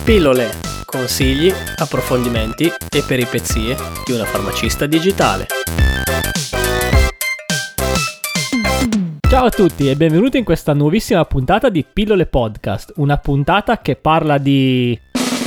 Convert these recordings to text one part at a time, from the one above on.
Pillole, consigli, approfondimenti e peripezie di una farmacista digitale. Ciao a tutti e benvenuti in questa nuovissima puntata di Pillole Podcast, una puntata che parla di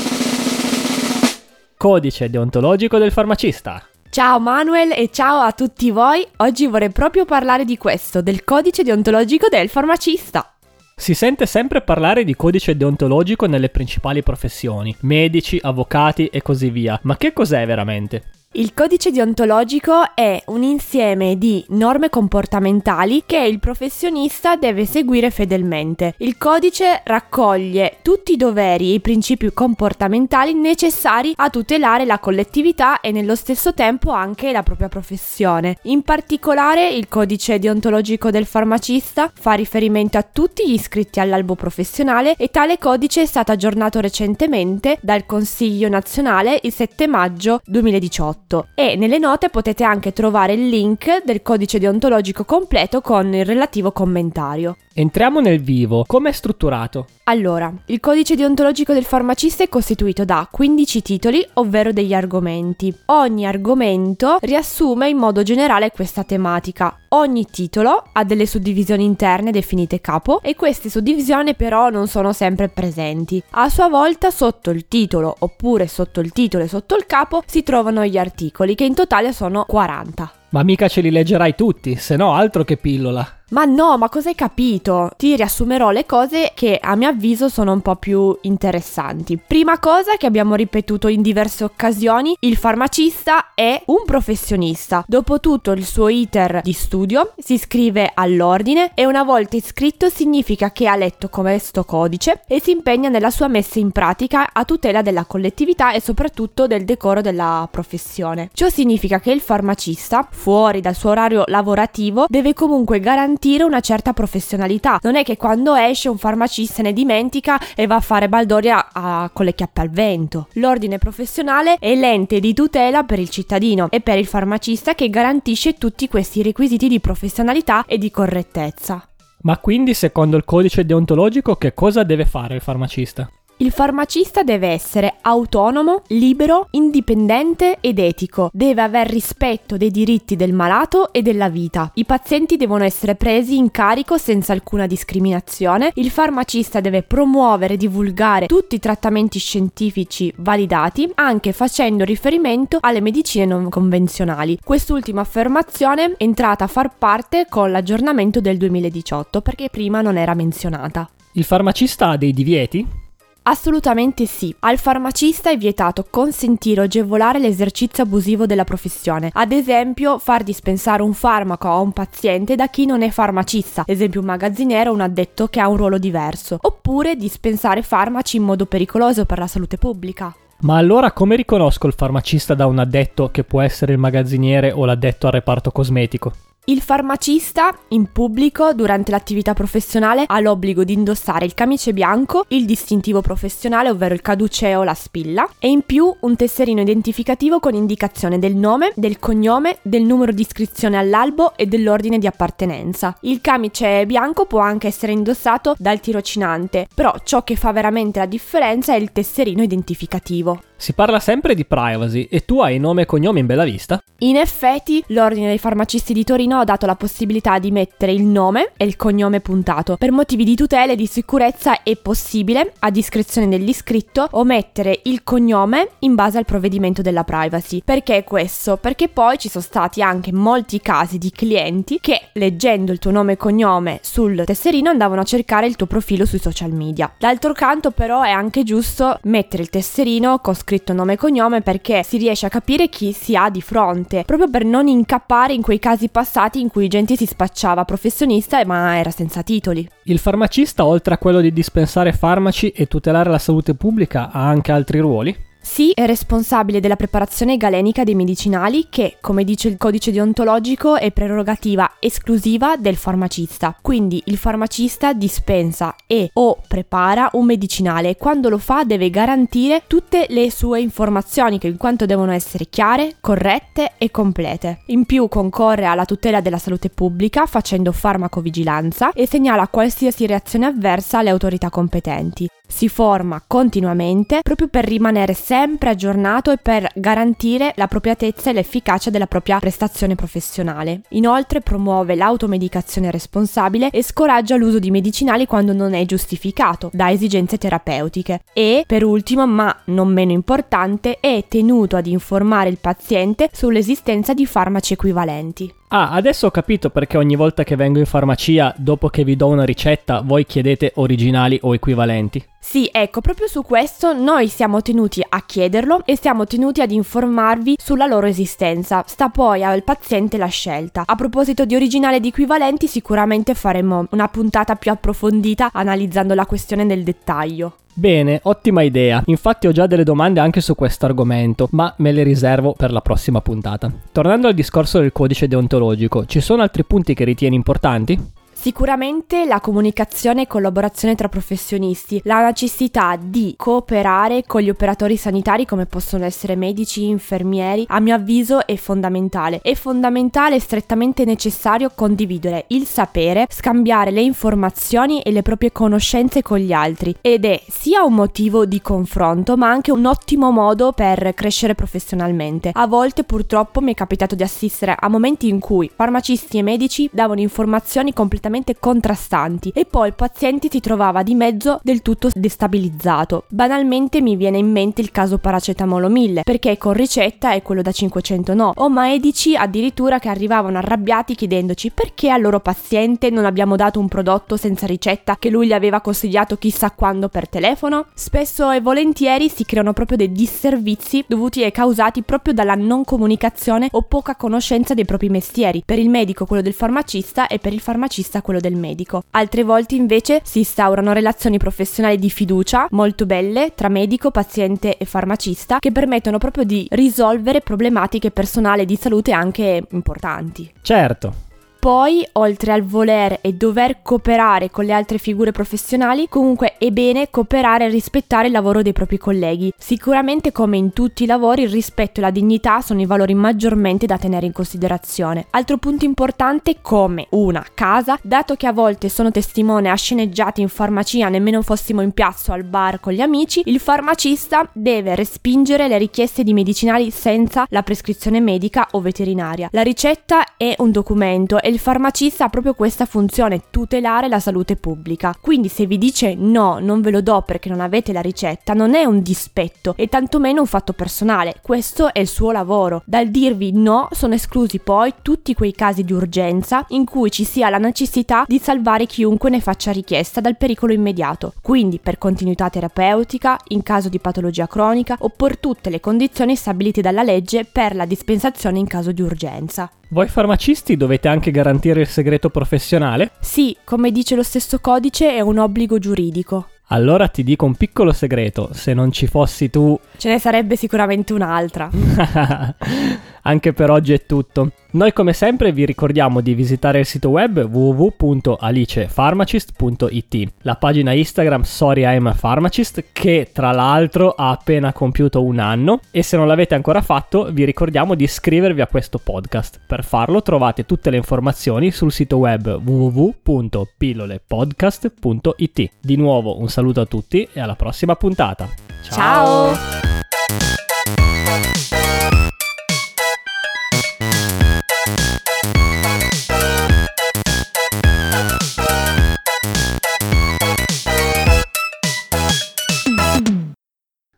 codice deontologico del farmacista. Ciao Manuel e ciao a tutti voi, oggi vorrei proprio parlare di questo, del codice deontologico del farmacista. Si sente sempre parlare di codice deontologico nelle principali professioni, medici, avvocati e così via, ma che cos'è veramente? Il codice deontologico è un insieme di norme comportamentali che il professionista deve seguire fedelmente. Il codice raccoglie tutti i doveri e i principi comportamentali necessari a tutelare la collettività e nello stesso tempo anche la propria professione. In particolare il codice deontologico del farmacista fa riferimento a tutti gli iscritti all'albo professionale e tale codice è stato aggiornato recentemente dal Consiglio nazionale il 7 maggio 2018. E nelle note potete anche trovare il link del codice deontologico completo con il relativo commentario. Entriamo nel vivo. Come è strutturato? Allora, il codice deontologico del farmacista è costituito da 15 titoli, ovvero degli argomenti. Ogni argomento riassume in modo generale questa tematica. Ogni titolo ha delle suddivisioni interne definite capo e queste suddivisioni però non sono sempre presenti. A sua volta sotto il titolo oppure sotto il titolo e sotto il capo si trovano gli articoli che in totale sono 40. Ma mica ce li leggerai tutti, se no altro che pillola. Ma no, ma cosa hai capito? Ti riassumerò le cose che a mio avviso sono un po' più interessanti. Prima cosa che abbiamo ripetuto in diverse occasioni, il farmacista è un professionista. Dopo tutto il suo iter di studio si iscrive all'ordine e una volta iscritto significa che ha letto questo codice e si impegna nella sua messa in pratica a tutela della collettività e soprattutto del decoro della professione. Ciò significa che il farmacista, fuori dal suo orario lavorativo, deve comunque garantire una certa professionalità. Non è che quando esce un farmacista ne dimentica e va a fare baldoria con le chiappe al vento. L'ordine professionale è l'ente di tutela per il cittadino e per il farmacista che garantisce tutti questi requisiti di professionalità e di correttezza. Ma quindi, secondo il codice deontologico, che cosa deve fare il farmacista? Il farmacista deve essere autonomo, libero, indipendente ed etico. Deve aver rispetto dei diritti del malato e della vita. I pazienti devono essere presi in carico senza alcuna discriminazione. Il farmacista deve promuovere e divulgare tutti i trattamenti scientifici validati, anche facendo riferimento alle medicine non convenzionali. Quest'ultima affermazione è entrata a far parte con l'aggiornamento del 2018, perché prima non era menzionata. Il farmacista ha dei divieti? Assolutamente sì. Al farmacista è vietato consentire o agevolare l'esercizio abusivo della professione. Ad esempio, far dispensare un farmaco a un paziente da chi non è farmacista, ad esempio un magazziniere o un addetto che ha un ruolo diverso, oppure dispensare farmaci in modo pericoloso per la salute pubblica. Ma allora come riconosco il farmacista da un addetto che può essere il magazziniere o l'addetto al reparto cosmetico? Il farmacista in pubblico durante l'attività professionale ha l'obbligo di indossare il camice bianco, il distintivo professionale ovvero il caduceo o la spilla e in più un tesserino identificativo con indicazione del nome, del cognome, del numero di iscrizione all'albo e dell'ordine di appartenenza. Il camice bianco può anche essere indossato dal tirocinante, però ciò che fa veramente la differenza è il tesserino identificativo. Si parla sempre di privacy e tu hai nome e cognome in bella vista? In effetti, l'Ordine dei Farmacisti di Torino ha dato la possibilità di mettere il nome e il cognome puntato. Per motivi di tutela e di sicurezza è possibile, a discrezione dell'iscritto, omettere il cognome in base al provvedimento della privacy. Perché questo? Perché poi ci sono stati anche molti casi di clienti che, leggendo il tuo nome e cognome sul tesserino, andavano a cercare il tuo profilo sui social media. D'altro canto, però, è anche giusto mettere il tesserino con scritto nome e cognome perché si riesce a capire chi si ha di fronte, proprio per non incappare in quei casi passati in cui gente si spacciava professionista ma era senza titoli. Il farmacista, oltre a quello di dispensare farmaci e tutelare la salute pubblica, ha anche altri ruoli? Sì, è responsabile della preparazione galenica dei medicinali che, come dice il codice deontologico, è prerogativa esclusiva del farmacista. Quindi il farmacista dispensa e o prepara un medicinale e quando lo fa deve garantire tutte le sue informazioni che in quanto devono essere chiare, corrette e complete. In più concorre alla tutela della salute pubblica facendo farmacovigilanza e segnala qualsiasi reazione avversa alle autorità competenti. si forma continuamente proprio per rimanere sempre aggiornato e per garantire l'appropriatezza e l'efficacia della propria prestazione professionale. Inoltre promuove l'automedicazione responsabile e scoraggia l'uso di medicinali quando non è giustificato da esigenze terapeutiche. E, per ultimo, ma non meno importante, è tenuto ad informare il paziente sull'esistenza di farmaci equivalenti. Ah, adesso ho capito perché ogni volta che vengo in farmacia, dopo che vi do una ricetta, voi chiedete originali o equivalenti. Sì, ecco, proprio su questo noi siamo tenuti a chiederlo e siamo tenuti ad informarvi sulla loro esistenza. Sta poi al paziente la scelta. A proposito di originali e di equivalenti, sicuramente faremo una puntata più approfondita analizzando la questione nel dettaglio. Bene, ottima idea. Infatti ho già delle domande anche su questo argomento, ma me le riservo per la prossima puntata. Tornando al discorso del codice deontologico, ci sono altri punti che ritieni importanti? Sicuramente la comunicazione e collaborazione tra professionisti, la necessità di cooperare con gli operatori sanitari come possono essere medici, infermieri, a mio avviso è fondamentale. È fondamentale e strettamente necessario condividere il sapere, scambiare le informazioni e le proprie conoscenze con gli altri ed è sia un motivo di confronto ma anche un ottimo modo per crescere professionalmente. A volte purtroppo mi è capitato di assistere a momenti in cui farmacisti e medici davano informazioni completamente contrastanti e poi il paziente si trovava di mezzo del tutto destabilizzato. Banalmente mi viene in mente il caso paracetamolo 1000, perché con ricetta è quello da 500 no, o medici addirittura che arrivavano arrabbiati chiedendoci perché al loro paziente non abbiamo dato un prodotto senza ricetta che lui gli aveva consigliato chissà quando per telefono. Spesso e volentieri si creano proprio dei disservizi dovuti e causati proprio dalla non comunicazione o poca conoscenza dei propri mestieri, per il medico quello del farmacista e per il farmacista quello del medico. Altre volte invece si instaurano relazioni professionali di fiducia molto belle tra medico, paziente e farmacista che permettono proprio di risolvere problematiche personali di salute anche importanti. Certo. Poi, oltre al voler e dover cooperare con le altre figure professionali, comunque è bene cooperare e rispettare il lavoro dei propri colleghi. Sicuramente, come in tutti i lavori, il rispetto e la dignità sono i valori maggiormente da tenere in considerazione. Altro punto importante, come una casa, dato che a volte sono testimone a sceneggiate in farmacia, nemmeno fossimo in piazza o al bar con gli amici, il farmacista deve respingere le richieste di medicinali senza la prescrizione medica o veterinaria. La ricetta è un documento e il farmacista ha proprio questa funzione, tutelare la salute pubblica. Quindi se vi dice no, non ve lo do perché non avete la ricetta, non è un dispetto e tantomeno un fatto personale, questo è il suo lavoro. Dal dirvi no sono esclusi poi tutti quei casi di urgenza in cui ci sia la necessità di salvare chiunque ne faccia richiesta dal pericolo immediato, quindi per continuità terapeutica, in caso di patologia cronica o per tutte le condizioni stabilite dalla legge per la dispensazione in caso di urgenza. Voi farmacisti dovete anche garantire il segreto professionale? Sì, come dice lo stesso codice, è un obbligo giuridico. Allora ti dico un piccolo segreto, se non ci fossi tu... Ce ne sarebbe sicuramente un'altra. Anche per oggi è tutto. Noi come sempre vi ricordiamo di visitare il sito web www.alicepharmacist.it, la pagina Instagram Sorry I'm a Pharmacist che tra l'altro ha appena compiuto 1 anno e se non l'avete ancora fatto vi ricordiamo di iscrivervi a questo podcast. Per farlo trovate tutte le informazioni sul sito web www.pillolepodcast.it. Di nuovo un saluto a tutti e alla prossima puntata. Ciao!